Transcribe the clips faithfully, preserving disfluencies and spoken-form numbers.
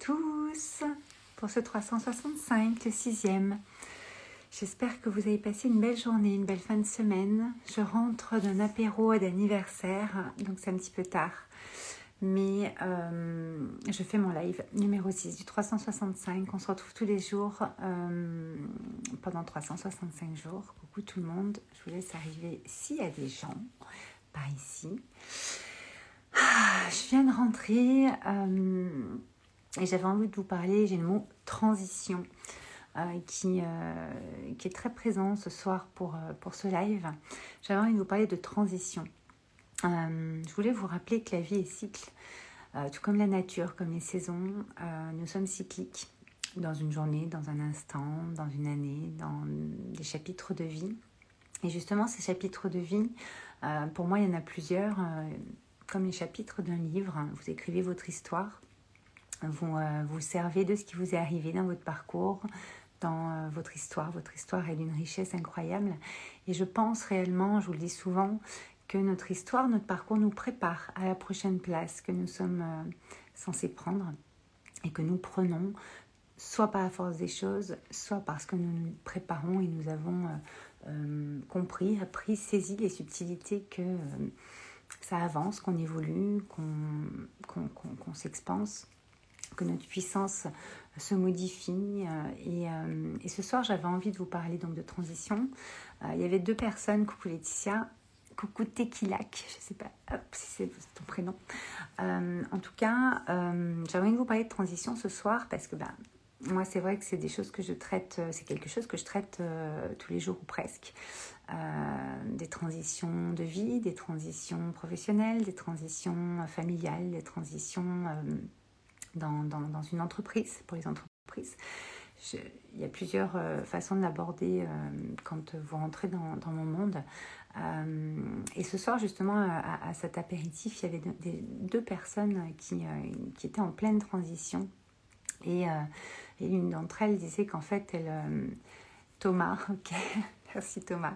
tous pour ce trois cent soixante-cinq, le sixième. J'espère que vous avez passé une belle journée, une belle fin de semaine. Je rentre d'un apéro d'anniversaire, donc c'est un petit peu tard. Mais euh, je fais mon live numéro six du trois cent soixante-cinq. On se retrouve tous les jours euh, pendant trois cent soixante-cinq jours. Coucou tout le monde, je vous laisse arriver s'il y a des gens par ici. Ah, je viens de rentrer euh, et j'avais envie de vous parler, j'ai le mot transition euh, qui, euh, qui est très présent ce soir pour, euh, pour ce live. J'avais envie de vous parler de transition. Euh, je voulais vous rappeler que la vie est cycle, euh, tout comme la nature, comme les saisons. Euh, nous sommes cycliques dans une journée, dans un instant, dans une année, dans des chapitres de vie. Et justement, ces chapitres de vie, euh, pour moi, il y en a plusieurs. Euh, comme les chapitres d'un livre, vous écrivez votre histoire, vous euh, vous servez de ce qui vous est arrivé dans votre parcours, dans euh, votre histoire. Votre histoire est d'une richesse incroyable. Et je pense réellement, je vous le dis souvent, que notre histoire, notre parcours nous prépare à la prochaine place que nous sommes euh, censés prendre et que nous prenons, soit par la force des choses, soit parce que nous nous préparons et nous avons euh, euh, compris, appris, saisi les subtilités que euh, ça avance, qu'on évolue, qu'on, qu'on, qu'on, qu'on s'expanse, que notre puissance se modifie. Euh, et, euh, et ce soir, j'avais envie de vous parler donc de transition. Euh, il y avait deux personnes, coucou Laetitia, coucou Tequilac, je ne sais pas hop, si c'est ton prénom. Euh, en tout cas, euh, j'avais envie de vous parler de transition ce soir parce que ben, moi, c'est vrai que c'est des choses que je traite, c'est quelque chose que je traite euh, tous les jours ou presque. Euh, des transitions de vie, des transitions professionnelles, des transitions familiales, des transitions euh, dans, dans, dans une entreprise, pour les entreprises. Je, il y a plusieurs euh, façons de l'aborder euh, quand vous rentrez dans, dans mon monde. Euh, et ce soir, justement, à, à cet apéritif, il y avait de, des, deux personnes qui, euh, qui étaient en pleine transition. Et, euh, et l'une d'entre elles disait qu'en fait, elle, euh, Thomas, ok, merci Thomas,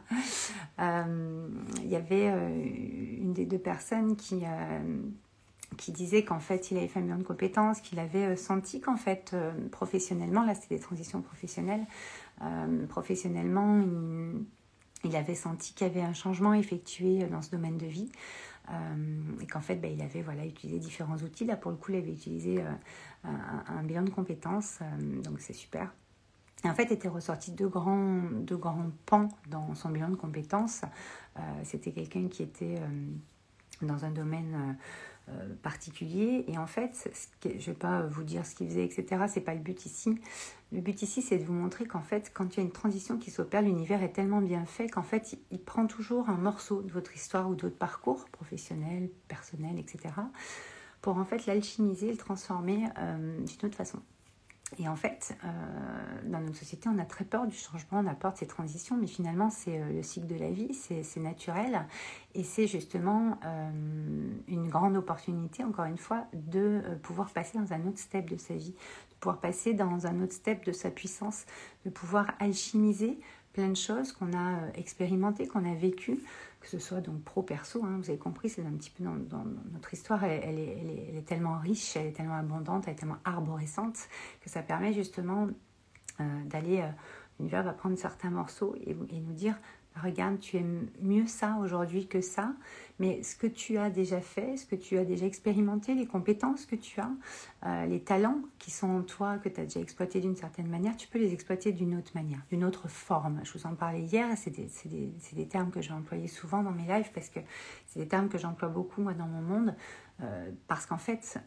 euh, il y avait euh, une des deux personnes qui, euh, qui disait qu'en fait, il avait fait un bilan de compétences, qu'il avait euh, senti qu'en fait, euh, professionnellement, là c'était des transitions professionnelles, euh, professionnellement, il, il avait senti qu'il y avait un changement effectué dans ce domaine de vie. Euh, et qu'en fait, ben, il avait voilà, utilisé différents outils. Là, pour le coup, il avait utilisé euh, un, un bilan de compétences, euh, donc c'est super. Et en fait, était ressorti deux grands, deux grands pans dans son bilan de compétences. Euh, c'était quelqu'un qui était euh, dans un domaine euh, particulier. Et en fait, ce que, je ne vais pas vous dire ce qu'il faisait, et cetera. Ce n'est pas le but ici. Le but ici, c'est de vous montrer qu'en fait, quand il y a une transition qui s'opère, l'univers est tellement bien fait qu'en fait, il, il prend toujours un morceau de votre histoire ou de votre parcours professionnel, personnel, et cetera pour en fait l'alchimiser, le transformer euh, d'une autre façon. Et en fait, euh, dans notre société, on a très peur du changement, on a peur de ces transitions, mais finalement, c'est euh, le cycle de la vie, c'est, c'est naturel. Et c'est justement euh, une grande opportunité, encore une fois, de euh, pouvoir passer dans un autre step de sa vie, de pouvoir passer dans un autre step de sa puissance, de pouvoir alchimiser plein de choses qu'on a euh, expérimentées, qu'on a vécues, que ce soit donc pro-perso, hein, vous avez compris, c'est un petit peu dans, dans notre histoire, elle, elle, est, elle, est, elle est tellement riche, elle est tellement abondante, elle est tellement arborescente, que ça permet justement euh, d'aller, euh, l'univers va prendre certains morceaux et, et nous dire, regarde, tu aimes mieux ça aujourd'hui que ça, mais ce que tu as déjà fait, ce que tu as déjà expérimenté, les compétences que tu as, euh, les talents qui sont en toi, que tu as déjà exploités d'une certaine manière, tu peux les exploiter d'une autre manière, d'une autre forme. Je vous en parlais hier, c'est des, c'est des, c'est des termes que j'ai employés souvent dans mes lives, parce que c'est des termes que j'emploie beaucoup moi, dans mon monde, euh, parce qu'en fait,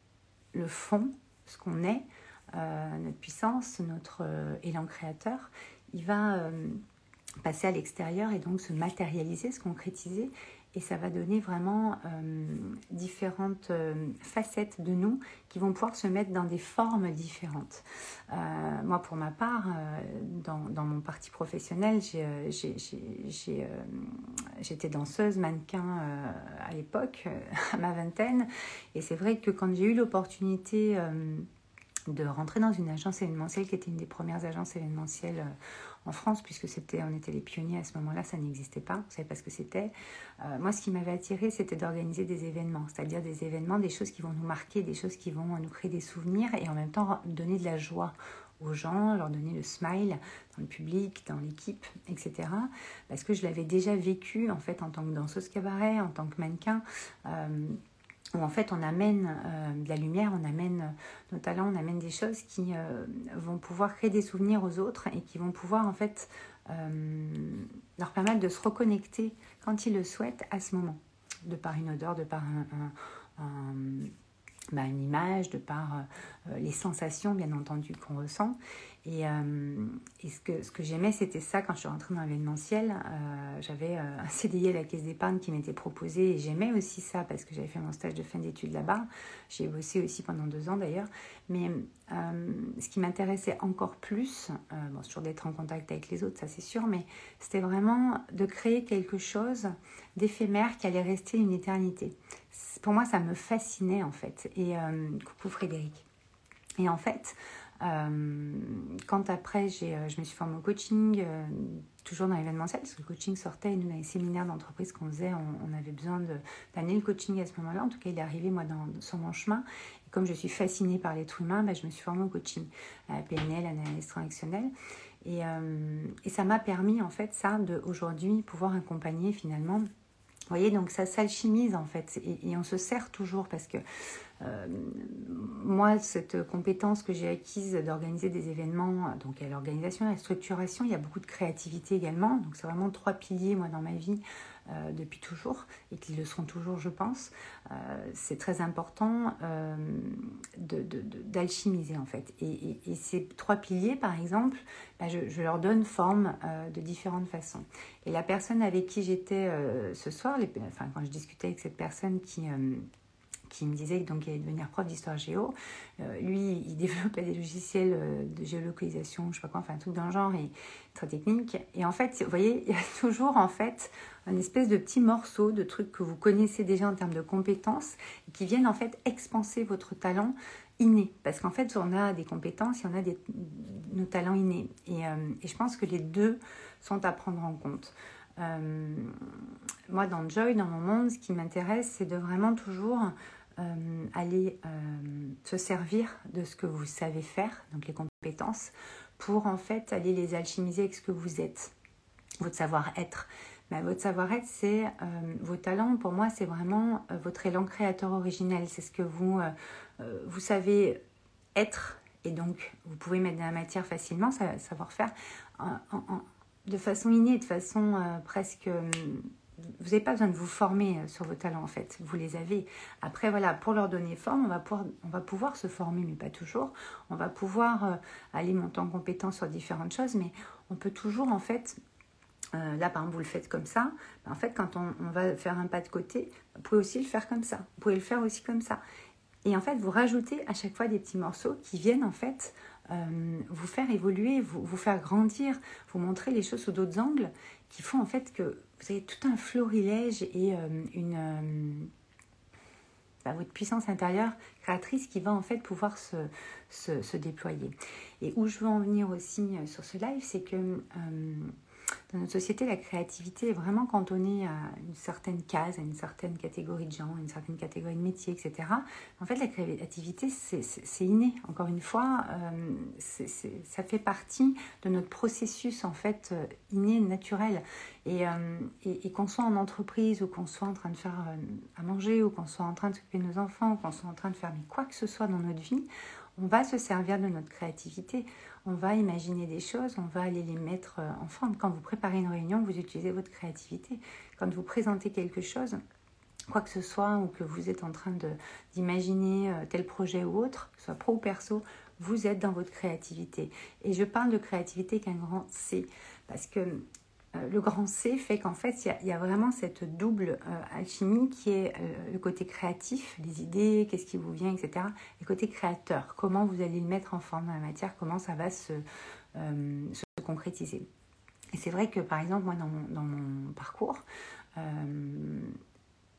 le fond, ce qu'on est, euh, notre puissance, notre euh, élan créateur, il va... Euh, passer à l'extérieur et donc se matérialiser, se concrétiser, et ça va donner vraiment euh, différentes euh, facettes de nous qui vont pouvoir se mettre dans des formes différentes. Euh, moi, pour ma part, euh, dans, dans mon parti professionnel, j'ai, euh, j'ai, j'ai, j'ai, euh, j'étais danseuse, mannequin euh, à l'époque, euh, à ma vingtaine, et c'est vrai que quand j'ai eu l'opportunité... Euh, de rentrer dans une agence événementielle qui était une des premières agences événementielles euh, en France, puisque c'était, on était les pionniers à ce moment-là, ça n'existait pas, on ne savait pas ce que c'était. Euh, moi, ce qui m'avait attirée, c'était d'organiser des événements, c'est-à-dire des événements, des choses qui vont nous marquer, des choses qui vont nous créer des souvenirs et en même temps donner de la joie aux gens, leur donner le smile dans le public, dans l'équipe, et cetera. Parce que je l'avais déjà vécu en fait en tant que danseuse cabaret, en tant que mannequin, euh, où en fait on amène euh, de la lumière, on amène euh, nos talents, on amène des choses qui euh, vont pouvoir créer des souvenirs aux autres et qui vont pouvoir en fait euh, leur permettre de se reconnecter quand ils le souhaitent à ce moment, de par une odeur, de par un, un, un, bah, une image, de par euh, les sensations bien entendu qu'on ressent. Et, euh, et ce que, ce que j'aimais, c'était ça quand je suis rentrée dans l'événementiel. Euh, j'avais euh, un C D I à la caisse d'épargne qui m'était proposé et j'aimais aussi ça parce que j'avais fait mon stage de fin d'études là-bas. J'ai bossé aussi pendant deux ans d'ailleurs. Mais euh, ce qui m'intéressait encore plus, euh, bon, c'est toujours d'être en contact avec les autres, ça c'est sûr, mais c'était vraiment de créer quelque chose d'éphémère qui allait rester une éternité. Pour moi, ça me fascinait en fait. Et euh, coucou Frédéric. Et en fait, euh, quand après j'ai, je me suis formée au coaching, euh, toujours dans l'événementiel, parce que le coaching sortait, et nous, dans les séminaires d'entreprise qu'on faisait, on, on avait besoin de, d'amener le coaching à ce moment-là. En tout cas, il est arrivé, moi, dans, sur mon chemin. Et comme je suis fascinée par l'être humain, bah, je me suis formée au coaching, à la P N L, analyse transactionnelle. Et, euh, et ça m'a permis, en fait, ça, de aujourd'hui pouvoir accompagner finalement. Vous voyez, donc ça s'alchimise en fait, et, et on se sert toujours parce que euh, moi, cette compétence que j'ai acquise d'organiser des événements, donc il y a l'organisation, la structuration, il y a beaucoup de créativité également, donc c'est vraiment trois piliers moi dans ma vie euh, depuis toujours, et qui le seront toujours je pense. Euh, c'est très important euh, de, de, de, d'alchimiser en fait, et, et, et ces trois piliers par exemple, bah, je, je leur donne forme euh, de différentes façons. Et la personne avec qui j'étais euh, ce soir, les, enfin quand je discutais avec cette personne qui... Euh, qui me disait qu'il allait devenir prof d'histoire géo. Euh, lui, il développait des logiciels de géolocalisation, je ne sais pas quoi, enfin un truc dans le genre, et très technique. Et en fait, vous voyez, il y a toujours en fait un espèce de petits morceaux de trucs que vous connaissez déjà en termes de compétences, et qui viennent en fait expanser votre talent inné. Parce qu'en fait, on a des compétences et on a des, nos talents innés. Et, euh, et je pense que les deux sont à prendre en compte. Euh, moi, dans Joy, dans mon monde, ce qui m'intéresse, c'est de vraiment toujours euh, aller euh, se servir de ce que vous savez faire, donc les compétences, pour en fait aller les alchimiser avec ce que vous êtes, votre savoir-être. Mais votre savoir-être, c'est euh, vos talents. Pour moi, c'est vraiment euh, votre élan créateur originel. C'est ce que vous, euh, euh, vous savez être, et donc vous pouvez mettre dans la matière facilement, savoir faire en, en, de façon innée, de façon euh, presque... Euh, vous n'avez pas besoin de vous former euh, sur vos talents en fait, vous les avez. Après voilà, pour leur donner forme, on va pouvoir, on va pouvoir se former, mais pas toujours. On va pouvoir euh, aller monter en compétence sur différentes choses, mais on peut toujours en fait... Euh, là, par exemple, vous le faites comme ça. Ben, en fait, quand on, on va faire un pas de côté, vous pouvez aussi le faire comme ça. Vous pouvez le faire aussi comme ça. Et en fait, vous rajoutez à chaque fois des petits morceaux qui viennent en fait euh, vous faire évoluer, vous, vous faire grandir, vous montrer les choses sous d'autres angles qui font en fait que vous avez tout un florilège et euh, une... Euh, bah, votre puissance intérieure créatrice qui va en fait pouvoir se, se, se déployer. Et où je veux en venir aussi sur ce live, c'est que... Euh, dans notre société, la créativité est vraiment cantonnée à une certaine case, à une certaine catégorie de gens, à une certaine catégorie de métiers, et cetera. En fait, la créativité, c'est, c'est, c'est inné. Encore une fois, euh, c'est, c'est, ça fait partie de notre processus en fait euh, inné, naturel. Et, euh, et, et qu'on soit en entreprise, ou qu'on soit en train de faire euh, à manger, ou qu'on soit en train de s'occuper de nos enfants, ou qu'on soit en train de faire mais quoi que ce soit dans notre vie, on va se servir de notre créativité. On va imaginer des choses, on va aller les mettre en forme. Quand vous préparez une réunion, vous utilisez votre créativité. Quand vous présentez quelque chose, quoi que ce soit, ou que vous êtes en train de, d'imaginer tel projet ou autre, que ce soit pro ou perso, vous êtes dans votre créativité. Et je parle de créativité qu'un grand C, parce que euh, le grand C fait qu'en fait, il y a, il y a vraiment cette double euh, alchimie qui est euh, le côté créatif, les idées, qu'est-ce qui vous vient, et cetera. Et le côté créateur, comment vous allez le mettre en forme dans la matière, comment ça va se, euh, se concrétiser. Et c'est vrai que, par exemple, moi, dans mon, dans mon parcours, euh,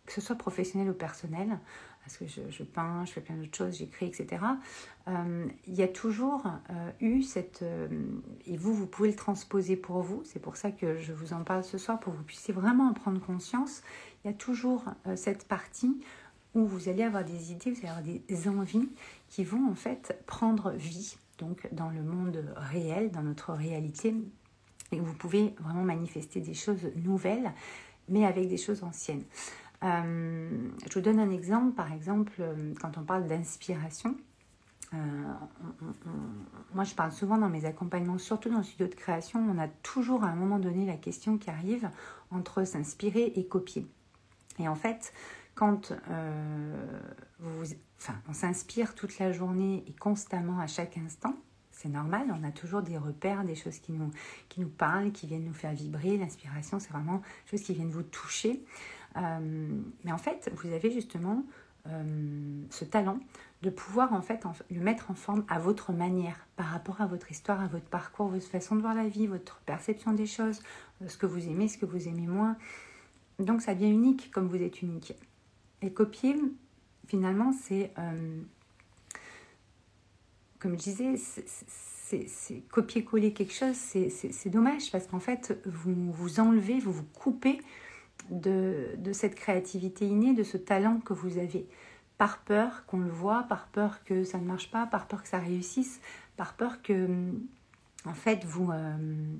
que ce soit professionnel ou personnel, parce que je, je peins, je fais plein d'autres choses, j'écris, et cetera. Euh, il y a toujours euh, eu cette... Euh, et vous, vous pouvez le transposer pour vous. C'est pour ça que je vous en parle ce soir, pour que vous puissiez vraiment en prendre conscience. Il y a toujours euh, cette partie où vous allez avoir des idées, vous allez avoir des envies qui vont en fait prendre vie, donc dans le monde réel, dans notre réalité. Et vous pouvez vraiment manifester des choses nouvelles, mais avec des choses anciennes. Euh, je vous donne un exemple, par exemple, quand on parle d'inspiration. Euh, on, on, on, moi, je parle souvent dans mes accompagnements, surtout dans le studio de création, on a toujours à un moment donné la question qui arrive entre s'inspirer et copier. Et en fait, quand euh, vous, enfin, on s'inspire toute la journée et constamment à chaque instant, c'est normal, on a toujours des repères, des choses qui nous, qui nous parlent, qui viennent nous faire vibrer. L'inspiration, c'est vraiment des choses qui viennent vous toucher. Euh, mais en fait, vous avez justement euh, ce talent de pouvoir en fait en, le mettre en forme à votre manière, par rapport à votre histoire, à votre parcours, votre façon de voir la vie, votre perception des choses, ce que vous aimez, ce que vous aimez moins. Donc ça devient unique comme vous êtes unique. Et copier, finalement, c'est... Euh, comme je disais, c'est, c'est, c'est copier-coller quelque chose, c'est, c'est, c'est dommage parce qu'en fait, vous vous enlevez, vous vous coupez de, de cette créativité innée, de ce talent que vous avez. Par peur qu'on le voit, par peur que ça ne marche pas, par peur que ça réussisse, par peur que, en fait, vous, euh,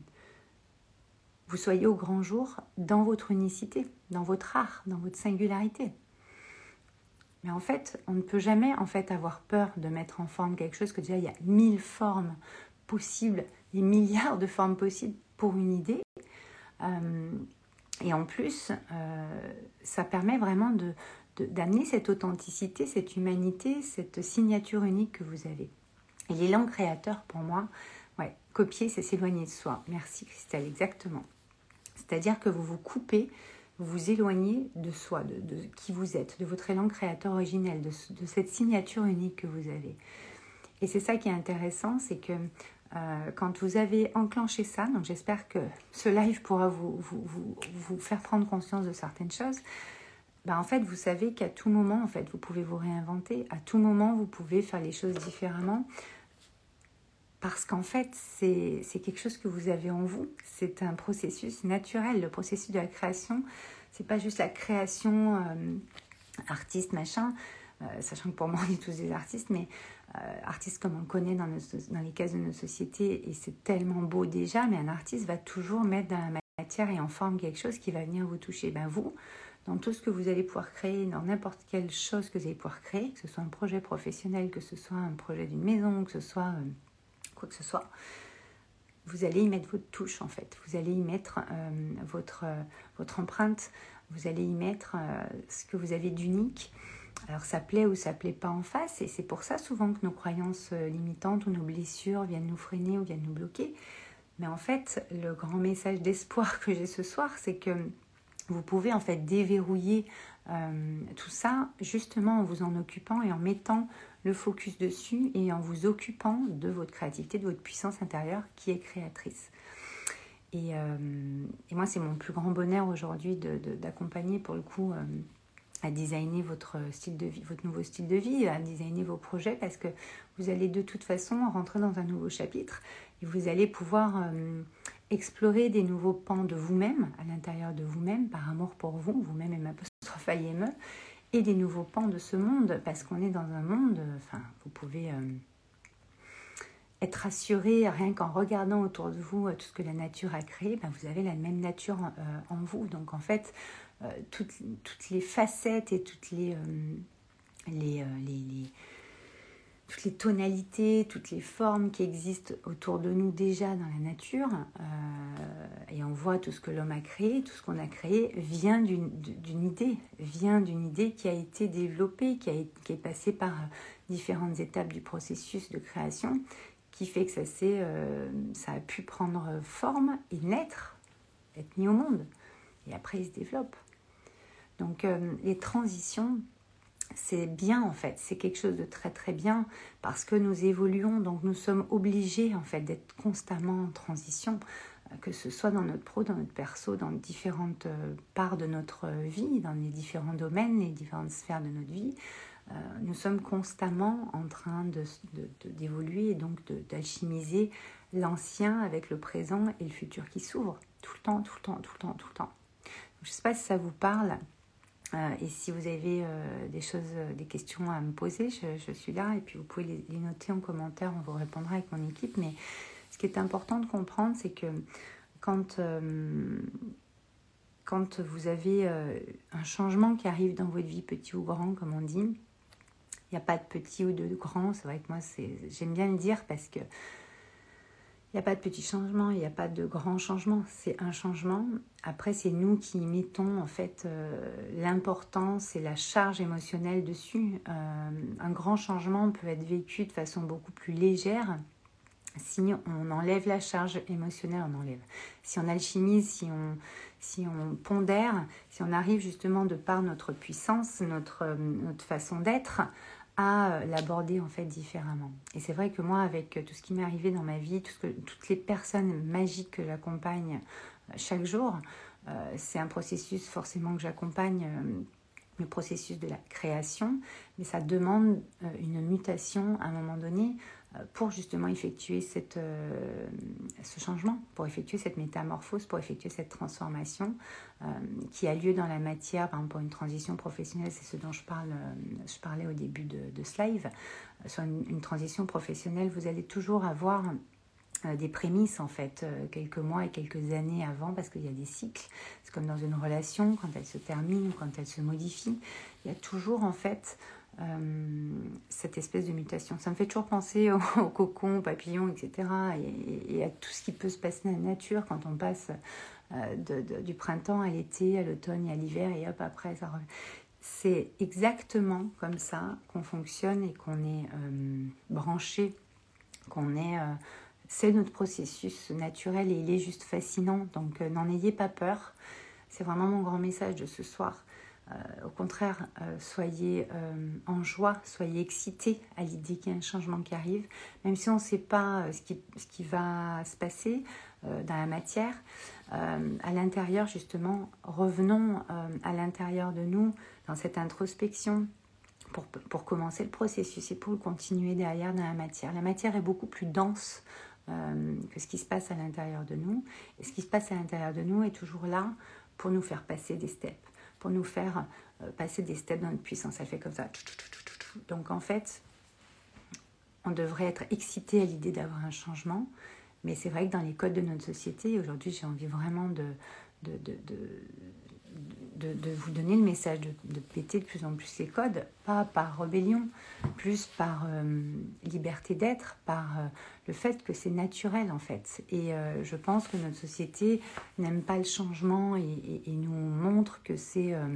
vous soyez au grand jour dans votre unicité, dans votre art, dans votre singularité. Mais en fait, on ne peut jamais en fait avoir peur de mettre en forme quelque chose que déjà il y a mille formes possibles, des milliards de formes possibles pour une idée. Euh, et en plus, euh, ça permet vraiment de, de, d'amener cette authenticité, cette humanité, cette signature unique que vous avez. Et l'élan créateur, pour moi, ouais, copier, c'est s'éloigner de soi. Merci Christelle, exactement. C'est-à-dire que vous vous coupez, vous vous éloignez de soi, de, de qui vous êtes, de votre élan créateur originel, de, de cette signature unique que vous avez. Et c'est ça qui est intéressant, c'est que euh, quand vous avez enclenché ça, donc j'espère que ce live pourra vous, vous, vous, vous faire prendre conscience de certaines choses, ben en fait, vous savez qu'à tout moment, en fait, vous pouvez vous réinventer, à tout moment, vous pouvez faire les choses différemment, parce qu'en fait, c'est, c'est quelque chose que vous avez en vous. C'est un processus naturel. Le processus de la création, c'est pas juste la création euh, artiste, machin, euh, sachant que pour moi, on est tous des artistes, mais euh, artistes comme on le connaît dans, nos, dans les cases de nos sociétés, et c'est tellement beau déjà, mais un artiste va toujours mettre dans la matière et en forme quelque chose qui va venir vous toucher. Ben vous, dans tout ce que vous allez pouvoir créer, dans n'importe quelle chose que vous allez pouvoir créer, que ce soit un projet professionnel, que ce soit un projet d'une maison, que ce soit... Euh, quoi que ce soit, vous allez y mettre votre touche en fait, vous allez y mettre euh, votre, euh, votre empreinte, vous allez y mettre euh, ce que vous avez d'unique. Alors ça plaît ou ça plaît pas en face, et c'est pour ça souvent que nos croyances limitantes ou nos blessures viennent nous freiner ou viennent nous bloquer. Mais en fait, le grand message d'espoir que j'ai ce soir, c'est que vous pouvez en fait déverrouiller euh, tout ça justement en vous en occupant et en mettant le focus dessus et en vous occupant de votre créativité, de votre puissance intérieure qui est créatrice. Et, euh, et moi, c'est mon plus grand bonheur aujourd'hui de, de, d'accompagner pour le coup euh, à designer votre style de vie, votre nouveau style de vie, à designer vos projets, parce que vous allez de toute façon rentrer dans un nouveau chapitre et vous allez pouvoir euh, explorer des nouveaux pans de vous-même, à l'intérieur de vous-même, par amour pour vous, vous-même et m'apostrophe I M E, et des nouveaux pans de ce monde, parce qu'on est dans un monde, enfin, vous pouvez euh, être rassuré rien qu'en regardant autour de vous euh, tout ce que la nature a créé, ben, vous avez la même nature en, euh, en vous. Donc en fait, euh, toutes, toutes les facettes et toutes les, euh, les, euh, les, les, toutes les tonalités, toutes les formes qui existent autour de nous déjà dans la nature, euh, et on voit tout ce que l'homme a créé, tout ce qu'on a créé vient d'une, d'une idée, vient d'une idée qui a été développée, qui, a, qui est passée par différentes étapes du processus de création, qui fait que ça, s'est, euh, ça a pu prendre forme et naître, être mis au monde. Et après, il se développe. Donc, euh, les transitions, c'est bien en fait, c'est quelque chose de très très bien parce que nous évoluons, donc nous sommes obligés en fait d'être constamment en transition. que ce soit dans notre pro, dans notre perso, dans différentes parts de notre vie, dans les différents domaines, les différentes sphères de notre vie. Euh, nous sommes constamment en train de, de, de, d'évoluer et donc de, d'alchimiser l'ancien avec le présent et le futur qui s'ouvre tout le temps, tout le temps, tout le temps, tout le temps. Je ne sais pas si ça vous parle euh, et si vous avez euh, des choses, des questions à me poser, je, je suis là et puis vous pouvez les, les noter en commentaire, on vous répondra avec mon équipe. Mais ce qui est important de comprendre, c'est que quand, euh, quand vous avez euh, un changement qui arrive dans votre vie, petit ou grand, comme on dit, il n'y a pas de petit ou de grand. C'est vrai que moi, c'est, j'aime bien le dire parce que il n'y a pas de petit changement, il n'y a pas de grand changement. C'est un changement. Après, c'est nous qui mettons en fait euh, l'importance et la charge émotionnelle dessus. Euh, un grand changement peut être vécu de façon beaucoup plus légère si on enlève la charge émotionnelle, on enlève. Si on alchimise, si on, si on pondère, si on arrive justement de par notre puissance, notre, notre façon d'être, à l'aborder en fait différemment. Et c'est vrai que moi, avec tout ce qui m'est arrivé dans ma vie, tout ce que, toutes les personnes magiques que j'accompagne chaque jour, euh, c'est un processus forcément que j'accompagne, euh, le processus de la création, mais ça demande euh, une mutation à un moment donné euh, pour justement effectuer cette, euh, ce changement, pour effectuer cette métamorphose, pour effectuer cette transformation euh, qui a lieu dans la matière. Par exemple, pour une transition professionnelle, c'est ce dont je, parle, euh, je parlais au début de, de ce live. Euh, sur une, une transition professionnelle, vous allez toujours avoir des prémices en fait, euh, quelques mois et quelques années avant, parce qu'il y a des cycles. C'est comme dans une relation, quand elle se termine ou quand elle se modifie, il y a toujours en fait euh, cette espèce de mutation. Ça me fait toujours penser au, au cocon, au papillon, et cetera. Et, et à tout ce qui peut se passer dans la nature quand on passe euh, de, de, du printemps à l'été, à l'automne et à l'hiver, et hop, après ça revient. C'est exactement comme ça qu'on fonctionne et qu'on est euh, branché, qu'on est... Euh, C'est notre processus naturel et il est juste fascinant. Donc euh, n'en ayez pas peur. C'est vraiment mon grand message de ce soir. Euh, au contraire, euh, soyez euh, en joie, soyez excités à l'idée qu'il y a un changement qui arrive. Même si on ne sait pas ce qui, ce qui va se passer euh, dans la matière, euh, à l'intérieur justement, revenons euh, à l'intérieur de nous, dans cette introspection, Pour, pour commencer le processus et pour le continuer derrière dans la matière. La matière est beaucoup plus dense euh, que ce qui se passe à l'intérieur de nous. Et ce qui se passe à l'intérieur de nous est toujours là pour nous faire passer des steps, pour nous faire euh, passer des steps dans notre puissance. Elle fait comme ça. Donc en fait, on devrait être excité à l'idée d'avoir un changement. Mais c'est vrai que dans les codes de notre société, aujourd'hui j'ai envie vraiment de... de, de, de De, de vous donner le message de, de péter de plus en plus les codes, pas par rébellion, plus par euh, liberté d'être, par euh, le fait que c'est naturel en fait. Et euh, je pense que notre société n'aime pas le changement et, et, et nous montre que c'est euh,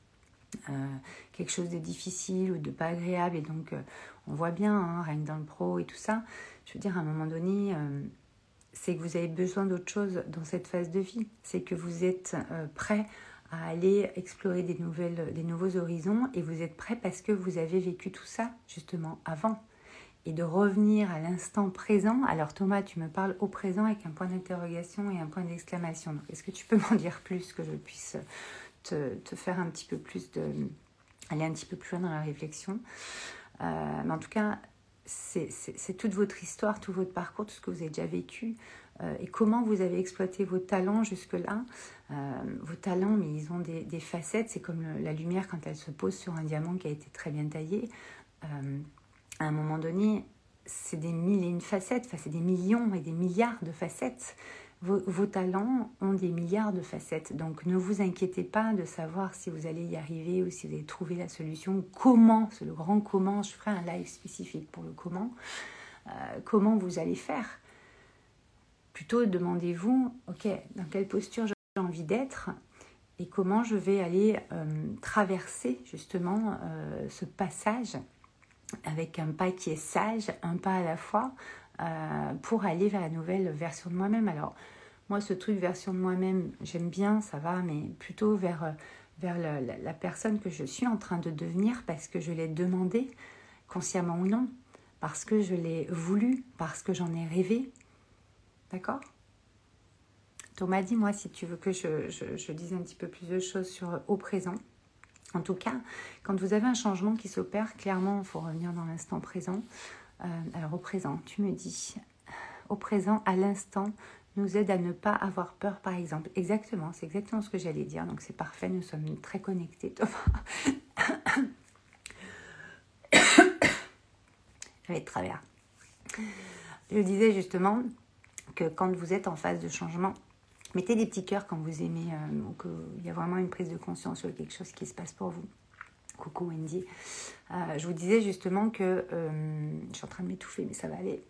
euh, quelque chose de difficile ou de pas agréable. Et donc euh, on voit bien, hein, rien que dans le pro et tout ça, je veux dire à un moment donné... Euh, c'est que vous avez besoin d'autre chose dans cette phase de vie. C'est que vous êtes euh, prêt à aller explorer des, nouvelles, des nouveaux horizons et vous êtes prêt parce que vous avez vécu tout ça justement avant. Et de revenir à l'instant présent. Alors Thomas, tu me parles au présent avec un point d'interrogation et un point d'exclamation. Donc, est-ce que tu peux m'en dire plus, que je puisse te, te faire un petit peu plus de... aller un petit peu plus loin dans la réflexion. Euh, mais en tout cas... C'est, c'est, c'est toute votre histoire, tout votre parcours, tout ce que vous avez déjà vécu euh, et comment vous avez exploité vos talents jusque-là. Euh, vos talents, mais ils ont des, des facettes. C'est comme le, la lumière quand elle se pose sur un diamant qui a été très bien taillé. Euh, à un moment donné, c'est des mille et une facettes, enfin, c'est des millions et des milliards de facettes. Vos, vos talents ont des milliards de facettes. Donc, ne vous inquiétez pas de savoir si vous allez y arriver ou si vous allez trouver la solution. Comment, c'est le grand comment. Je ferai un live spécifique pour le comment. Euh, comment vous allez faire. Plutôt, demandez-vous, ok, dans quelle posture j'ai envie d'être et comment je vais aller euh, traverser justement euh, ce passage avec un pas qui est sage, un pas à la fois, Euh, pour aller vers la nouvelle version de moi-même. Alors, moi, ce truc version de moi-même, j'aime bien, ça va, mais plutôt vers, vers la, la, la personne que je suis en train de devenir parce que je l'ai demandé, consciemment ou non, parce que je l'ai voulu, parce que j'en ai rêvé. D'accord ? Thomas, dis-moi si tu veux que je, je, je dise un petit peu plus de choses sur au présent. En tout cas, quand vous avez un changement qui s'opère, clairement, il faut revenir dans l'instant présent. Euh, alors au présent, tu me dis, au présent, à l'instant, nous aide à ne pas avoir peur, par exemple. Exactement, c'est exactement ce que j'allais dire. Donc c'est parfait, nous sommes très connectés, Thomas. J'avais de travers. Je disais justement que quand vous êtes en phase de changement, mettez des petits cœurs quand vous aimez euh, ou qu'il y a vraiment une prise de conscience sur quelque chose qui se passe pour vous. Coucou Wendy. Euh, je vous disais justement que... Euh, je suis en train de m'étouffer, mais ça va aller.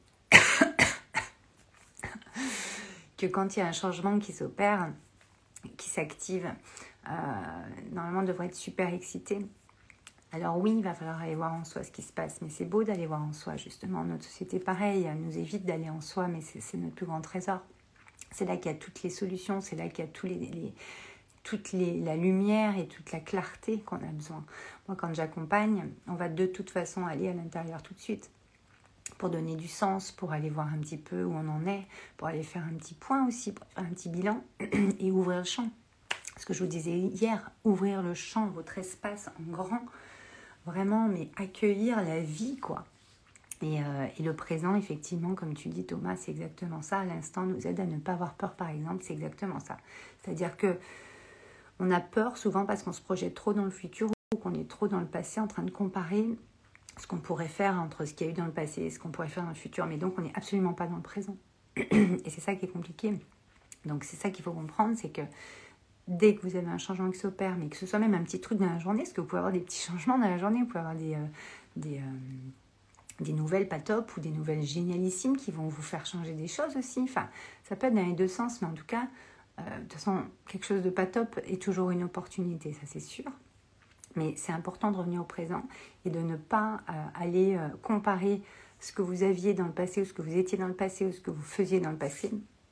que quand il y a un changement qui s'opère, qui s'active, euh, normalement on devrait être super excité. Alors oui, il va falloir aller voir en soi ce qui se passe, mais c'est beau d'aller voir en soi, justement. Notre société, pareil, elle nous évite d'aller en soi, mais c'est, c'est notre plus grand trésor. C'est là qu'il y a toutes les solutions, c'est là qu'il y a tous les, les, toute les, la lumière et toute la clarté qu'on a besoin. Moi, quand j'accompagne, on va de toute façon aller à l'intérieur tout de suite pour donner du sens, pour aller voir un petit peu où on en est, pour aller faire un petit point aussi, pour faire un petit bilan et ouvrir le champ. Ce que je vous disais hier, ouvrir le champ, votre espace en grand, vraiment, mais accueillir la vie, quoi. Et, euh, et le présent, effectivement, comme tu dis Thomas, c'est exactement ça. À l'instant, nous aide à ne pas avoir peur, par exemple, c'est exactement ça. C'est-à-dire que on a peur souvent parce qu'on se projette trop dans le futur ou qu'on est trop dans le passé en train de comparer ce qu'on pourrait faire entre ce qu'il y a eu dans le passé et ce qu'on pourrait faire dans le futur. Mais donc, on n'est absolument pas dans le présent. Et c'est ça qui est compliqué. Donc, c'est ça qu'il faut comprendre, c'est que dès que vous avez un changement qui s'opère, mais que ce soit même un petit truc dans la journée, parce que vous pouvez avoir des petits changements dans la journée, vous pouvez avoir des, euh, des, euh, des nouvelles pas top ou des nouvelles génialissimes qui vont vous faire changer des choses aussi. Enfin, ça peut être dans les deux sens, mais en tout cas, euh, de toute façon, quelque chose de pas top est toujours une opportunité, ça c'est sûr. Mais c'est important de revenir au présent et de ne pas euh, aller euh, comparer ce que vous aviez dans le passé ou ce que vous étiez dans le passé ou ce que vous faisiez dans le passé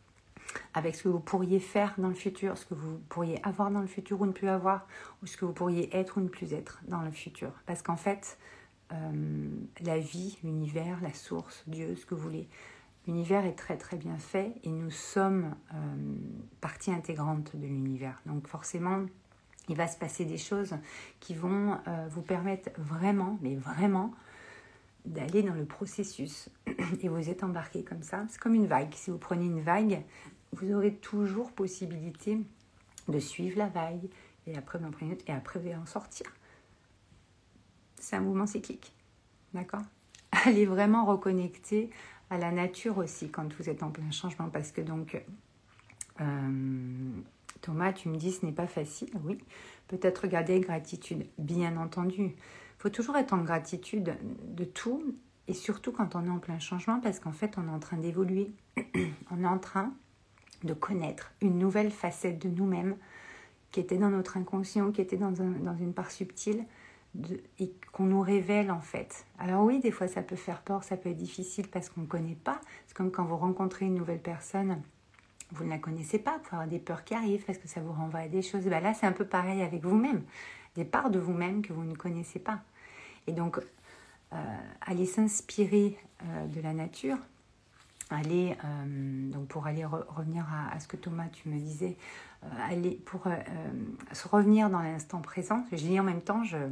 avec ce que vous pourriez faire dans le futur, ce que vous pourriez avoir dans le futur ou ne plus avoir, ou ce que vous pourriez être ou ne plus être dans le futur. Parce qu'en fait, euh, la vie, l'univers, la source, Dieu, ce que vous voulez, l'univers est très très bien fait et nous sommes euh, partie intégrante de l'univers. Donc forcément, il va se passer des choses qui vont euh, vous permettre vraiment, mais vraiment, d'aller dans le processus. Et vous êtes embarqué comme ça. C'est comme une vague. Si vous prenez une vague, vous aurez toujours possibilité de suivre la vague. Et après, vous en prenez une autre. Et après, vous allez en sortir. C'est un mouvement cyclique. D'accord ? Allez vraiment reconnecter à la nature aussi quand vous êtes en plein changement. Parce que donc, euh, Thomas, tu me dis ce n'est pas facile. Oui. Peut-être regarder avec gratitude. Bien entendu. Il faut toujours être en gratitude de tout et surtout quand on est en plein changement parce qu'en fait, on est en train d'évoluer. On est en train de connaître une nouvelle facette de nous-mêmes qui était dans notre inconscient, qui était dans, un, dans une part subtile de, et qu'on nous révèle en fait. Alors oui, des fois, ça peut faire peur, ça peut être difficile parce qu'on ne connaît pas. C'est comme quand vous rencontrez une nouvelle personne, vous ne la connaissez pas, vous pouvez avoir des peurs qui arrivent parce que ça vous renvoie à des choses. Ben là, c'est un peu pareil avec vous-même. Des parts de vous-même que vous ne connaissez pas. Et donc, euh, aller s'inspirer euh, de la nature, aller, euh, donc pour aller re- revenir à, à ce que Thomas, tu me disais, euh, aller pour euh, euh, se revenir dans l'instant présent. Je dis en même temps, je,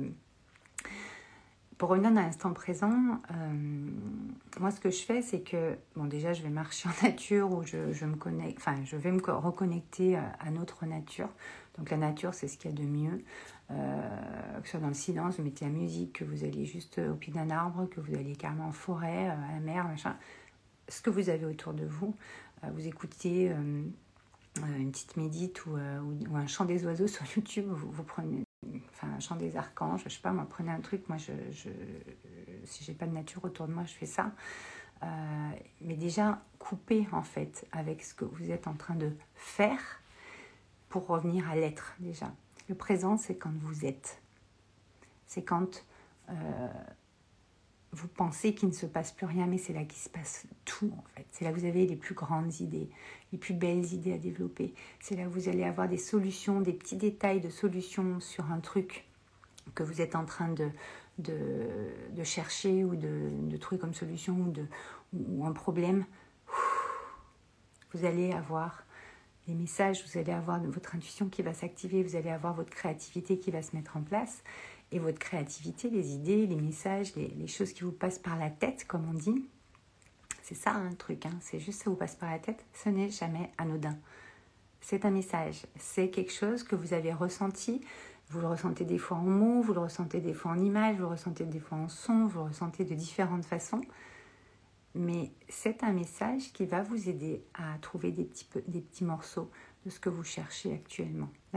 pour revenir dans l'instant présent, euh, moi ce que je fais, c'est que, bon déjà je vais marcher en nature ou je, je me connecte, enfin je vais me reconnecter à, à notre nature. Donc la nature, c'est ce qu'il y a de mieux. Euh, que ce soit dans le silence, vous mettez la musique, que vous allez juste au pied d'un arbre, que vous allez carrément en forêt, à la mer, machin. Ce que vous avez autour de vous, euh, vous écoutez euh, une petite médite ou, euh, ou, ou un chant des oiseaux sur YouTube, vous, vous prenez enfin un chant des archanges, je sais pas, moi prenez un truc, moi je, je si j'ai pas de nature autour de moi, je fais ça. Euh, mais déjà coupez en fait avec ce que vous êtes en train de faire pour revenir à l'être déjà. Le présent, c'est quand vous êtes. C'est quand euh, vous pensez qu'il ne se passe plus rien, mais c'est là qu'il se passe tout, en fait. C'est là que vous avez les plus grandes idées, les plus belles idées à développer. C'est là que vous allez avoir des solutions, des petits détails de solutions sur un truc que vous êtes en train de, de, de chercher ou de, de trouver comme solution ou, de, ou un problème. Vous allez avoir les messages, vous allez avoir votre intuition qui va s'activer, vous allez avoir votre créativité qui va se mettre en place. Et votre créativité, les idées, les messages, les, les choses qui vous passent par la tête, comme on dit, c'est ça un truc, hein, c'est juste ça vous passe par la tête, ce n'est jamais anodin. C'est un message, c'est quelque chose que vous avez ressenti, vous le ressentez des fois en mots, vous le ressentez des fois en images, vous le ressentez des fois en son, vous le ressentez de différentes façons. Mais c'est un message qui va vous aider à trouver des petits, des petits morceaux de ce que vous cherchez actuellement. D'accord ?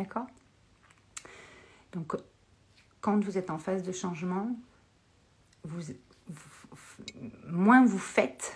Donc, quand vous êtes en phase de changement, vous, vous, moins vous faites,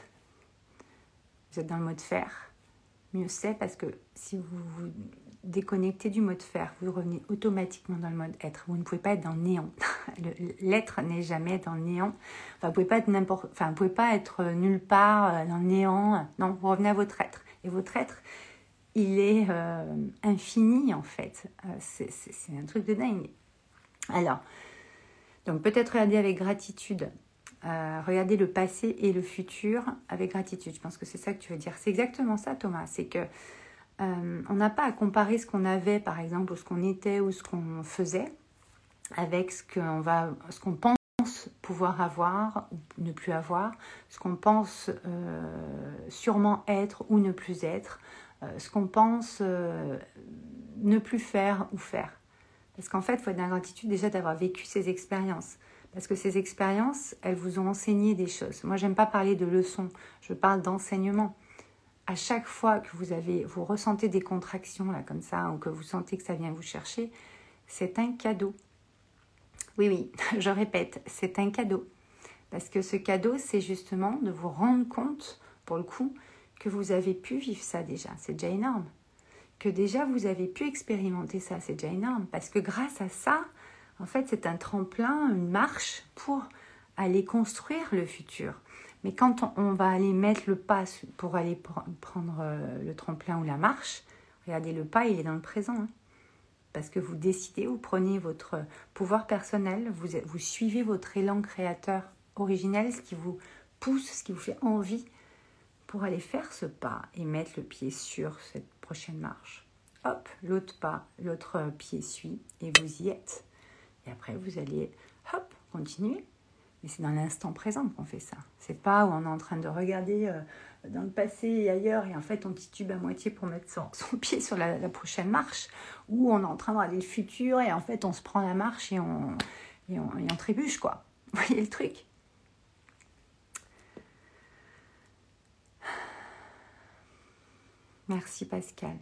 vous êtes dans le mode faire, mieux c'est, parce que si vous vous déconnectez du mode faire, vous revenez automatiquement dans le mode être. Vous ne pouvez pas être dans le néant. L'être n'est jamais dans le néant. Enfin, vous pouvez pas être n'importe, enfin, vous pouvez pas être nulle part dans le néant. Non, vous revenez à votre être. Et votre être, il est euh, infini en fait. Euh, c'est, c'est, c'est un truc de dingue. Alors, donc peut-être regarder avec gratitude. Euh, regarder le passé et le futur avec gratitude. Je pense que c'est ça que tu veux dire. C'est exactement ça, Thomas. C'est que euh, on n'a pas à comparer ce qu'on avait, par exemple, ou ce qu'on était, ou ce qu'on faisait, avec ce qu'on va, ce qu'on pense pouvoir avoir ou ne plus avoir, ce qu'on pense euh, sûrement être ou ne plus être, euh, ce qu'on pense euh, ne plus faire ou faire. Parce qu'en fait, il faut être dans la gratitude déjà d'avoir vécu ces expériences. Parce que ces expériences, elles vous ont enseigné des choses. Moi, j'aime pas parler de leçons, je parle d'enseignement. À chaque fois que vous avez, vous ressentez des contractions là comme ça, ou que vous sentez que ça vient vous chercher, c'est un cadeau. Oui, oui, je répète, c'est un cadeau. Parce que ce cadeau, c'est justement de vous rendre compte, pour le coup, que vous avez pu vivre ça déjà. C'est déjà énorme. Que déjà vous avez pu expérimenter ça, c'est déjà énorme. Parce que grâce à ça, en fait, c'est un tremplin, une marche pour aller construire le futur. Mais quand on va aller mettre le pas pour aller prendre le tremplin ou la marche, regardez, le pas, il est dans le présent. Hein. Parce que vous décidez, vous prenez votre pouvoir personnel, vous, vous suivez votre élan créateur originel, ce qui vous pousse, ce qui vous fait envie pour aller faire ce pas et mettre le pied sur cette prochaine marche. Hop, l'autre pas, l'autre pied suit et vous y êtes. Et après, vous allez, hop, continuer. Mais c'est dans l'instant présent qu'on fait ça. C'est pas où on est en train de regarder euh, dans le passé et ailleurs et en fait on titube à moitié pour mettre son, son pied sur la, la prochaine marche, ou on est en train de regarder le futur et en fait on se prend la marche et on, et on, et on trébuche, quoi. Vous voyez le truc ? Merci Pascal.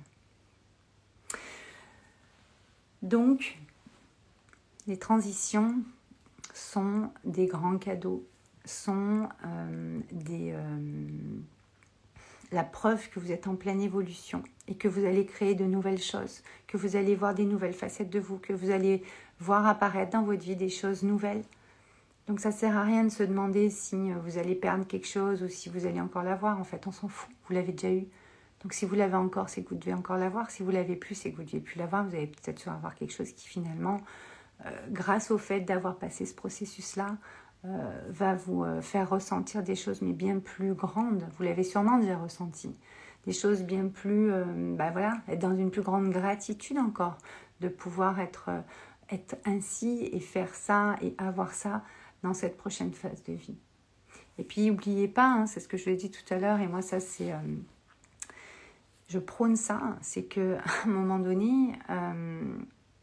Donc, les transitions sont des grands cadeaux, sont euh, des, euh, la preuve que vous êtes en pleine évolution et que vous allez créer de nouvelles choses, que vous allez voir des nouvelles facettes de vous, que vous allez voir apparaître dans votre vie des choses nouvelles. Donc ça ne sert à rien de se demander si vous allez perdre quelque chose ou si vous allez encore l'avoir. En fait, on s'en fout, vous l'avez déjà eu. Donc si vous l'avez encore, c'est que vous devez encore l'avoir. Si vous ne l'avez plus, c'est que vous ne devez plus l'avoir. Vous allez peut-être avoir quelque chose qui finalement, euh, grâce au fait d'avoir passé ce processus-là, euh, va vous euh, faire ressentir des choses, mais bien plus grandes. Vous l'avez sûrement déjà ressenti. Des choses bien plus, euh, bah voilà, être dans une plus grande gratitude encore, de pouvoir être, euh, être ainsi et faire ça et avoir ça dans cette prochaine phase de vie. Et puis, n'oubliez pas, hein, c'est ce que je l'ai dit tout à l'heure, et moi, ça, c'est... Euh, je prône ça, c'est qu'à un moment donné, euh,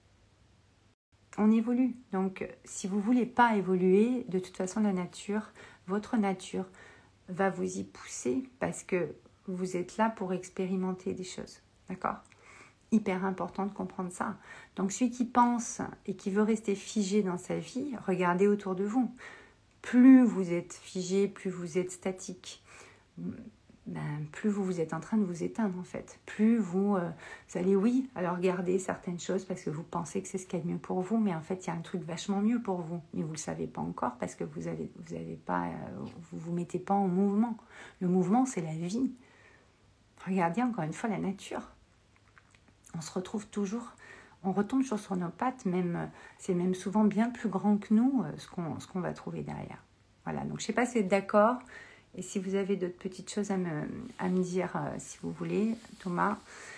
on évolue. Donc, si vous ne voulez pas évoluer, de toute façon, la nature, votre nature, va vous y pousser parce que vous êtes là pour expérimenter des choses. D'accord ? Hyper important de comprendre ça. Donc, celui qui pense et qui veut rester figé dans sa vie, regardez autour de vous. Plus vous êtes figé, plus vous êtes statique, ben, plus vous, vous êtes en train de vous éteindre en fait. Plus vous, euh, vous allez, oui, alors garder certaines choses parce que vous pensez que c'est ce qu'il y a de mieux pour vous, mais en fait, il y a un truc vachement mieux pour vous. Mais vous ne le savez pas encore parce que vous avez, vous avez pas, euh, vous vous mettez pas en mouvement. Le mouvement, c'est la vie. Regardez encore une fois la nature. On se retrouve toujours, on retombe toujours sur nos pattes, même, c'est même souvent bien plus grand que nous, ce qu'on, ce qu'on va trouver derrière. Voilà, donc je ne sais pas si vous êtes d'accord. Et si vous avez d'autres petites choses à me, à me dire, euh, si vous voulez, Thomas,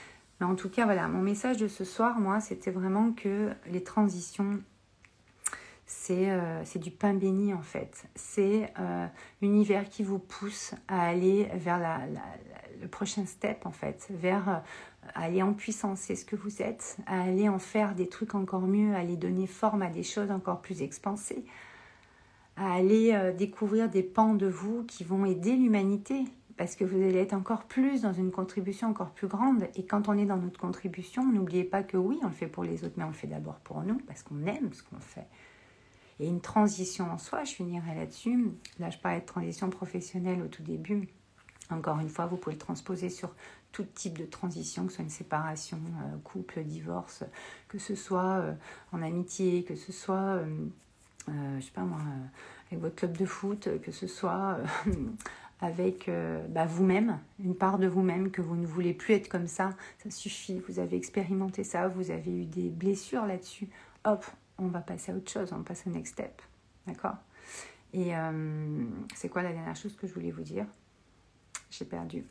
Mais en tout cas, voilà, mon message de ce soir, moi, c'était vraiment que les transitions, c'est euh, c'est du pain béni, en fait. C'est euh, l'univers qui vous pousse à aller vers la, la, la, le prochain step, en fait, vers euh, aller en puissance, c'est ce que vous êtes, à aller en faire des trucs encore mieux, à aller donner forme à des choses encore plus expansées, à aller euh, découvrir des pans de vous qui vont aider l'humanité, parce que vous allez être encore plus dans une contribution encore plus grande. Et quand on est dans notre contribution, n'oubliez pas que oui, on le fait pour les autres, mais on le fait d'abord pour nous, parce qu'on aime ce qu'on fait. Et une transition en soi, je finirai là-dessus. Là, je parlais de transition professionnelle au tout début. Encore une fois, vous pouvez le transposer sur tout type de transition, que ce soit une séparation, euh, couple, divorce, que ce soit euh, en amitié, que ce soit... Euh, Euh, je sais pas moi, euh, avec votre club de foot, que ce soit euh, avec euh, bah, vous-même, une part de vous-même, que vous ne voulez plus être comme ça, ça suffit, vous avez expérimenté ça, vous avez eu des blessures là-dessus, hop, on va passer à autre chose, on passe au next step, d'accord? Et euh, c'est quoi la dernière chose que je voulais vous dire? J'ai perdu.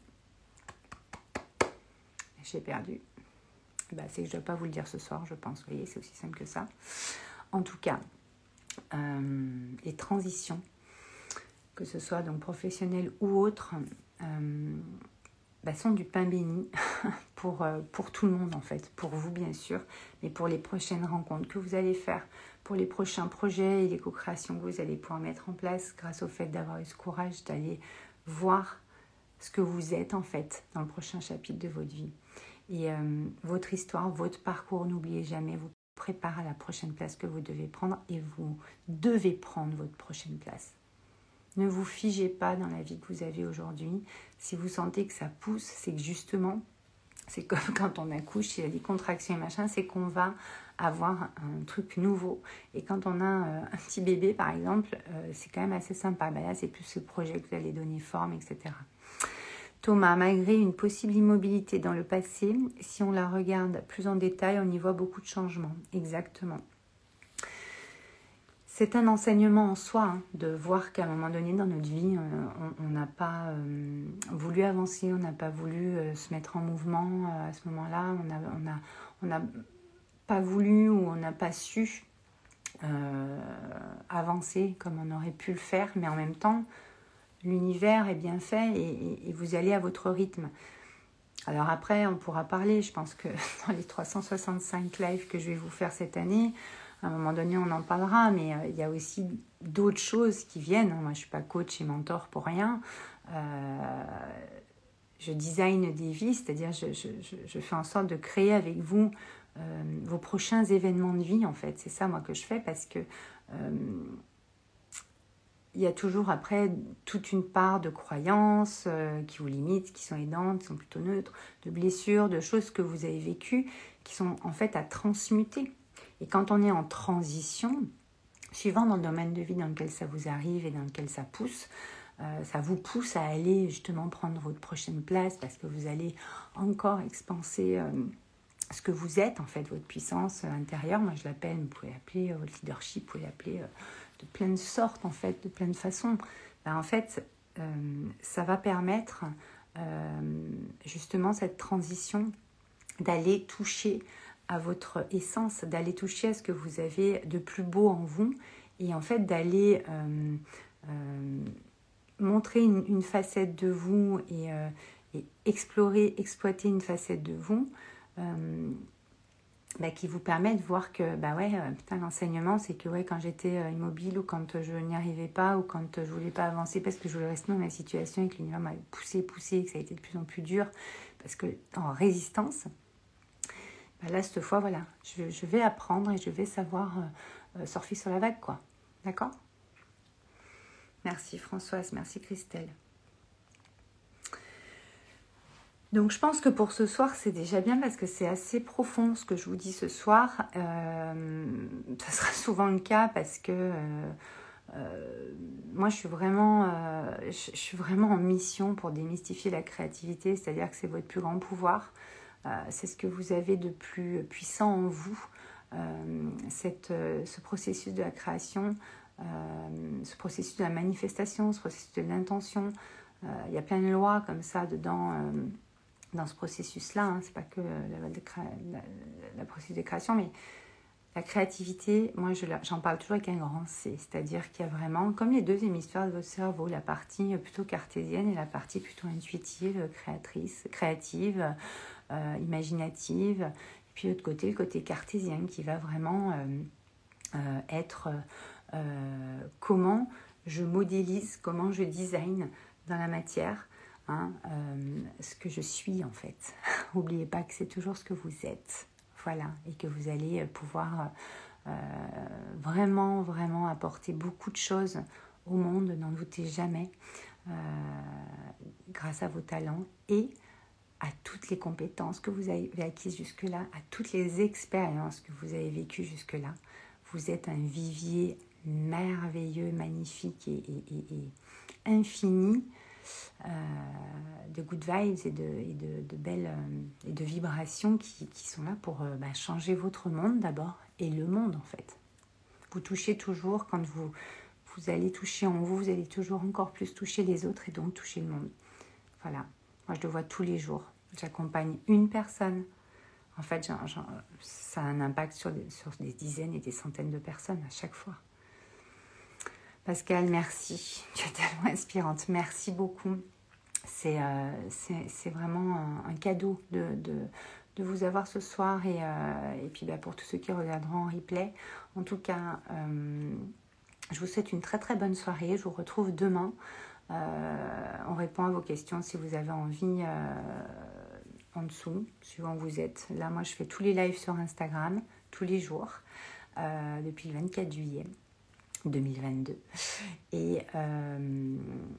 J'ai perdu. Bah, c'est que je ne dois pas vous le dire ce soir, je pense, vous voyez, c'est aussi simple que ça. En tout cas, Euh, les transitions, que ce soit donc professionnelles ou autres, euh, bah, sont du pain béni pour, euh, pour tout le monde en fait, pour vous bien sûr, mais pour les prochaines rencontres que vous allez faire, pour les prochains projets et les co-créations que vous allez pouvoir mettre en place grâce au fait d'avoir eu ce courage d'aller voir ce que vous êtes en fait dans le prochain chapitre de votre vie. Et euh, votre histoire, votre parcours, n'oubliez jamais, vous prépare à la prochaine place que vous devez prendre et vous devez prendre votre prochaine place. Ne vous figez pas dans la vie que vous avez aujourd'hui. Si vous sentez que ça pousse, c'est que justement, c'est comme quand on accouche, il y a des contractions et machin, c'est qu'on va avoir un truc nouveau. Et quand on a un petit bébé, par exemple, c'est quand même assez sympa. Ben là, c'est plus ce projet que vous allez donner forme, et cetera. Thomas, malgré une possible immobilité dans le passé, si on la regarde plus en détail, on y voit beaucoup de changements. Exactement. C'est un enseignement en soi, hein, de voir qu'à un moment donné dans notre vie, euh, on n'a pas euh, voulu avancer, on n'a pas voulu euh, se mettre en mouvement euh, à ce moment-là, on n'a on a, on a pas voulu ou on n'a pas su euh, avancer comme on aurait pu le faire, mais en même temps, l'univers est bien fait et, et, et vous allez à votre rythme. Alors après, on pourra parler, je pense que dans les trois cent soixante-cinq lives que je vais vous faire cette année, à un moment donné, on en parlera, mais euh, il y a aussi d'autres choses qui viennent. Moi, je ne suis pas coach et mentor pour rien. Euh, je design des vies, c'est-à-dire je, je, je, je fais en sorte de créer avec vous euh, vos prochains événements de vie, en fait. C'est ça, moi, que je fais, parce que... Euh, il y a toujours après toute une part de croyances euh, qui vous limitent, qui sont aidantes, qui sont plutôt neutres, de blessures, de choses que vous avez vécues, qui sont en fait à transmuter. Et quand on est en transition, suivant dans le domaine de vie dans lequel ça vous arrive et dans lequel ça pousse, euh, ça vous pousse à aller justement prendre votre prochaine place parce que vous allez encore expanser euh, ce que vous êtes, en fait, votre puissance intérieure. Moi, je l'appelle, vous pouvez l'appeler euh, votre leadership, vous pouvez l'appeler... Euh, de plein de sortes, en fait, de plein de façons, ben, en fait, euh, ça va permettre euh, justement cette transition d'aller toucher à votre essence, d'aller toucher à ce que vous avez de plus beau en vous et en fait d'aller euh, euh, montrer une, une facette de vous et, euh, et explorer, exploiter une facette de vous euh, Bah, qui vous permet de voir que bah ouais, euh, putain, l'enseignement, c'est que ouais, quand j'étais euh, immobile ou quand euh, je n'y arrivais pas ou quand euh, je voulais pas avancer parce que je voulais rester dans ma situation et que l'univers m'a poussé, poussé et que ça a été de plus en plus dur parce que en résistance, bah là, cette fois, voilà, je, je vais apprendre et je vais savoir euh, euh, surfer sur la vague, quoi. D'accord ? Merci Françoise, merci Christelle. Donc je pense que pour ce soir, c'est déjà bien parce que c'est assez profond ce que je vous dis ce soir. Euh, ça sera souvent le cas parce que euh, euh, moi, je suis, vraiment, euh, je, je suis vraiment en mission pour démystifier la créativité, c'est-à-dire que c'est votre plus grand pouvoir. Euh, c'est ce que vous avez de plus puissant en vous. Euh, cette, euh, ce processus de la création, euh, ce processus de la manifestation, ce processus de l'intention. Euh, il y a plein de lois comme ça dedans. Euh, dans ce processus-là, hein, c'est pas que la, la, la, la processus de création, mais la créativité, moi je, j'en parle toujours avec un grand C, c'est-à-dire qu'il y a vraiment, comme les deux hémisphères de votre cerveau, la partie plutôt cartésienne et la partie plutôt intuitive, créatrice, créative, euh, imaginative, et puis de l'autre côté, le côté cartésien qui va vraiment euh, euh, être euh, comment je modélise, comment je design dans la matière, hein, euh, ce que je suis en fait. N'oubliez pas que c'est toujours ce que vous êtes. Voilà, et que vous allez pouvoir euh, vraiment, vraiment apporter beaucoup de choses au monde, n'en doutez jamais, euh, grâce à vos talents et à toutes les compétences que vous avez acquises jusque-là, à toutes les expériences que vous avez vécues jusque-là. Vous êtes un vivier merveilleux, magnifique et, et, et, et infini Euh, de good vibes et de, et de, de belles euh, et de vibrations qui, qui sont là pour euh, bah, changer votre monde d'abord et le monde en fait. Vous touchez toujours, quand vous, vous allez toucher en vous, vous allez toujours encore plus toucher les autres et donc toucher le monde. Voilà, moi je le vois tous les jours. J'accompagne une personne. En fait, j'en, j'en, ça a un impact sur des, sur des dizaines et des centaines de personnes à chaque fois. Pascal, merci. Tu es tellement inspirante. Merci beaucoup. C'est, euh, c'est, c'est vraiment un, un cadeau de, de, de vous avoir ce soir. Et, euh, et puis bah, pour tous ceux qui regarderont en replay. En tout cas, euh, je vous souhaite une très très bonne soirée. Je vous retrouve demain. Euh, on répond à vos questions si vous avez envie euh, en dessous, suivant où vous êtes. Là, moi, je fais tous les lives sur Instagram, tous les jours, euh, depuis le vingt-quatre juillet. deux mille vingt-deux et, euh,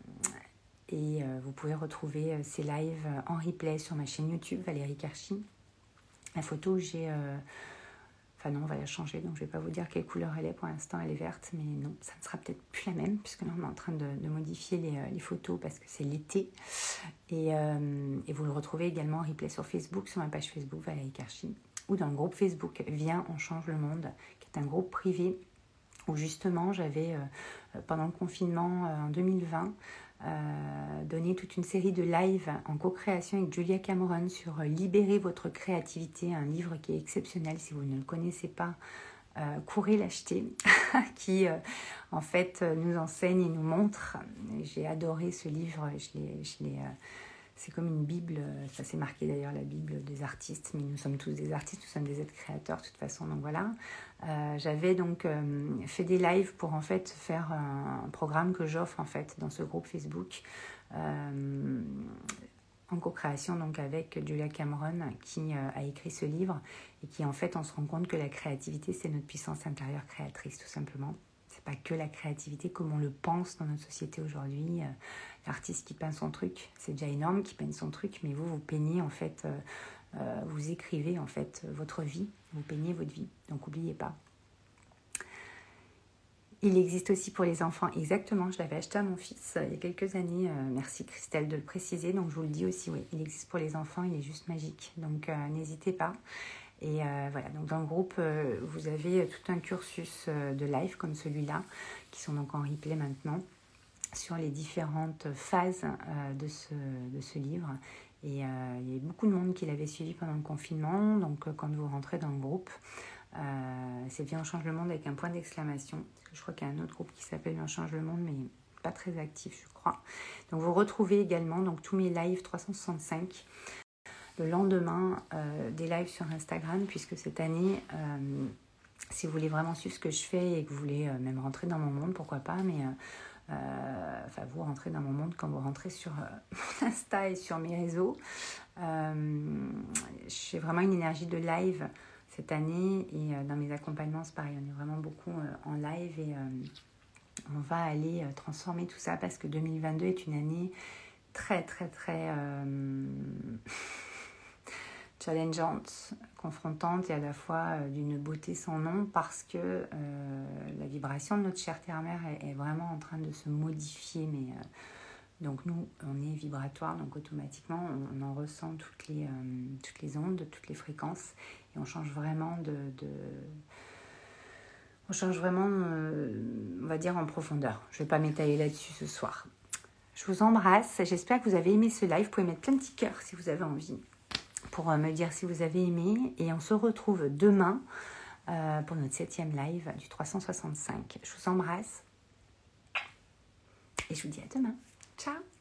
et euh, vous pouvez retrouver ces lives en replay sur ma chaîne YouTube Valérie Karchi. La photo j'ai euh, enfin non, on va la changer, donc je ne vais pas vous dire quelle couleur elle est pour l'instant, elle est verte, mais non, ça ne sera peut-être plus la même puisque là on est en train de, de modifier les, les photos parce que c'est l'été et, euh, et vous le retrouvez également en replay sur Facebook, sur ma page Facebook Valérie Karchi ou dans le groupe Facebook Viens on change le monde, qui est un groupe privé où justement j'avais, euh, pendant le confinement euh, en deux mille vingt, euh, donné toute une série de lives en co-création avec Julia Cameron sur euh, Libérer votre créativité, un livre qui est exceptionnel si vous ne le connaissez pas. Euh, courez l'acheter, qui euh, en fait euh, nous enseigne et nous montre. J'ai adoré ce livre, je l'ai... Je l'ai euh, c'est comme une Bible, ça c'est marqué d'ailleurs la Bible des artistes, mais nous sommes tous des artistes, nous sommes des êtres créateurs de toute façon, donc voilà. Euh, j'avais donc euh, fait des lives pour en fait faire un, un programme que j'offre en fait dans ce groupe Facebook, euh, en co-création donc avec Julia Cameron qui euh, a écrit ce livre et qui en fait on se rend compte que la créativité c'est notre puissance intérieure créatrice tout simplement. C'est pas que la créativité comme on le pense dans notre société aujourd'hui. Euh, l'artiste qui peint son truc, c'est déjà énorme qui peigne son truc, mais vous, vous peignez en fait, euh, euh, vous écrivez en fait votre vie, vous peignez votre vie, donc n'oubliez pas. Il existe aussi pour les enfants, exactement, je l'avais acheté à mon fils euh, il y a quelques années, euh, merci Christelle de le préciser, donc je vous le dis aussi, oui, il existe pour les enfants, il est juste magique, donc euh, n'hésitez pas. Et euh, voilà, donc dans le groupe, euh, vous avez tout un cursus euh, de live comme celui-là, qui sont donc en replay maintenant, sur les différentes phases euh, de, ce, de ce livre. Et euh, il y a eu beaucoup de monde qui l'avait suivi pendant le confinement, donc euh, quand vous rentrez dans le groupe, euh, c'est Viens on change le monde avec un point d'exclamation. Je crois qu'il y a un autre groupe qui s'appelle Viens on change le monde, mais pas très actif, je crois. Donc vous retrouvez également donc, tous mes lives trois cent soixante-cinq. Le lendemain euh, des lives sur Instagram, puisque cette année, euh, si vous voulez vraiment suivre ce que je fais et que vous voulez euh, même rentrer dans mon monde, pourquoi pas, mais euh, euh, enfin vous rentrez dans mon monde quand vous rentrez sur euh, mon Insta et sur mes réseaux. Euh, j'ai vraiment une énergie de live cette année et euh, dans mes accompagnements, c'est pareil, on est vraiment beaucoup euh, en live et euh, on va aller euh, transformer tout ça parce que deux mille vingt-deux est une année très très très... Euh, challengeante, confrontante et à la fois euh, d'une beauté sans nom parce que euh, la vibration de notre chère terre-mère est, est vraiment en train de se modifier. Mais euh, donc nous, on est vibratoire, donc automatiquement, on, on en ressent toutes les, euh, toutes les ondes, toutes les fréquences et on change vraiment de... de on change vraiment, euh, on va dire, en profondeur. Je ne vais pas m'étaler là-dessus ce soir. Je Je vous embrasse. J'espère que vous avez aimé ce live. Vous pouvez mettre plein de petits cœurs si vous avez envie pour me dire si vous avez aimé. Et on se retrouve demain euh, pour notre septième live du trois cent soixante-cinq. Je vous embrasse et je vous dis à demain. Ciao!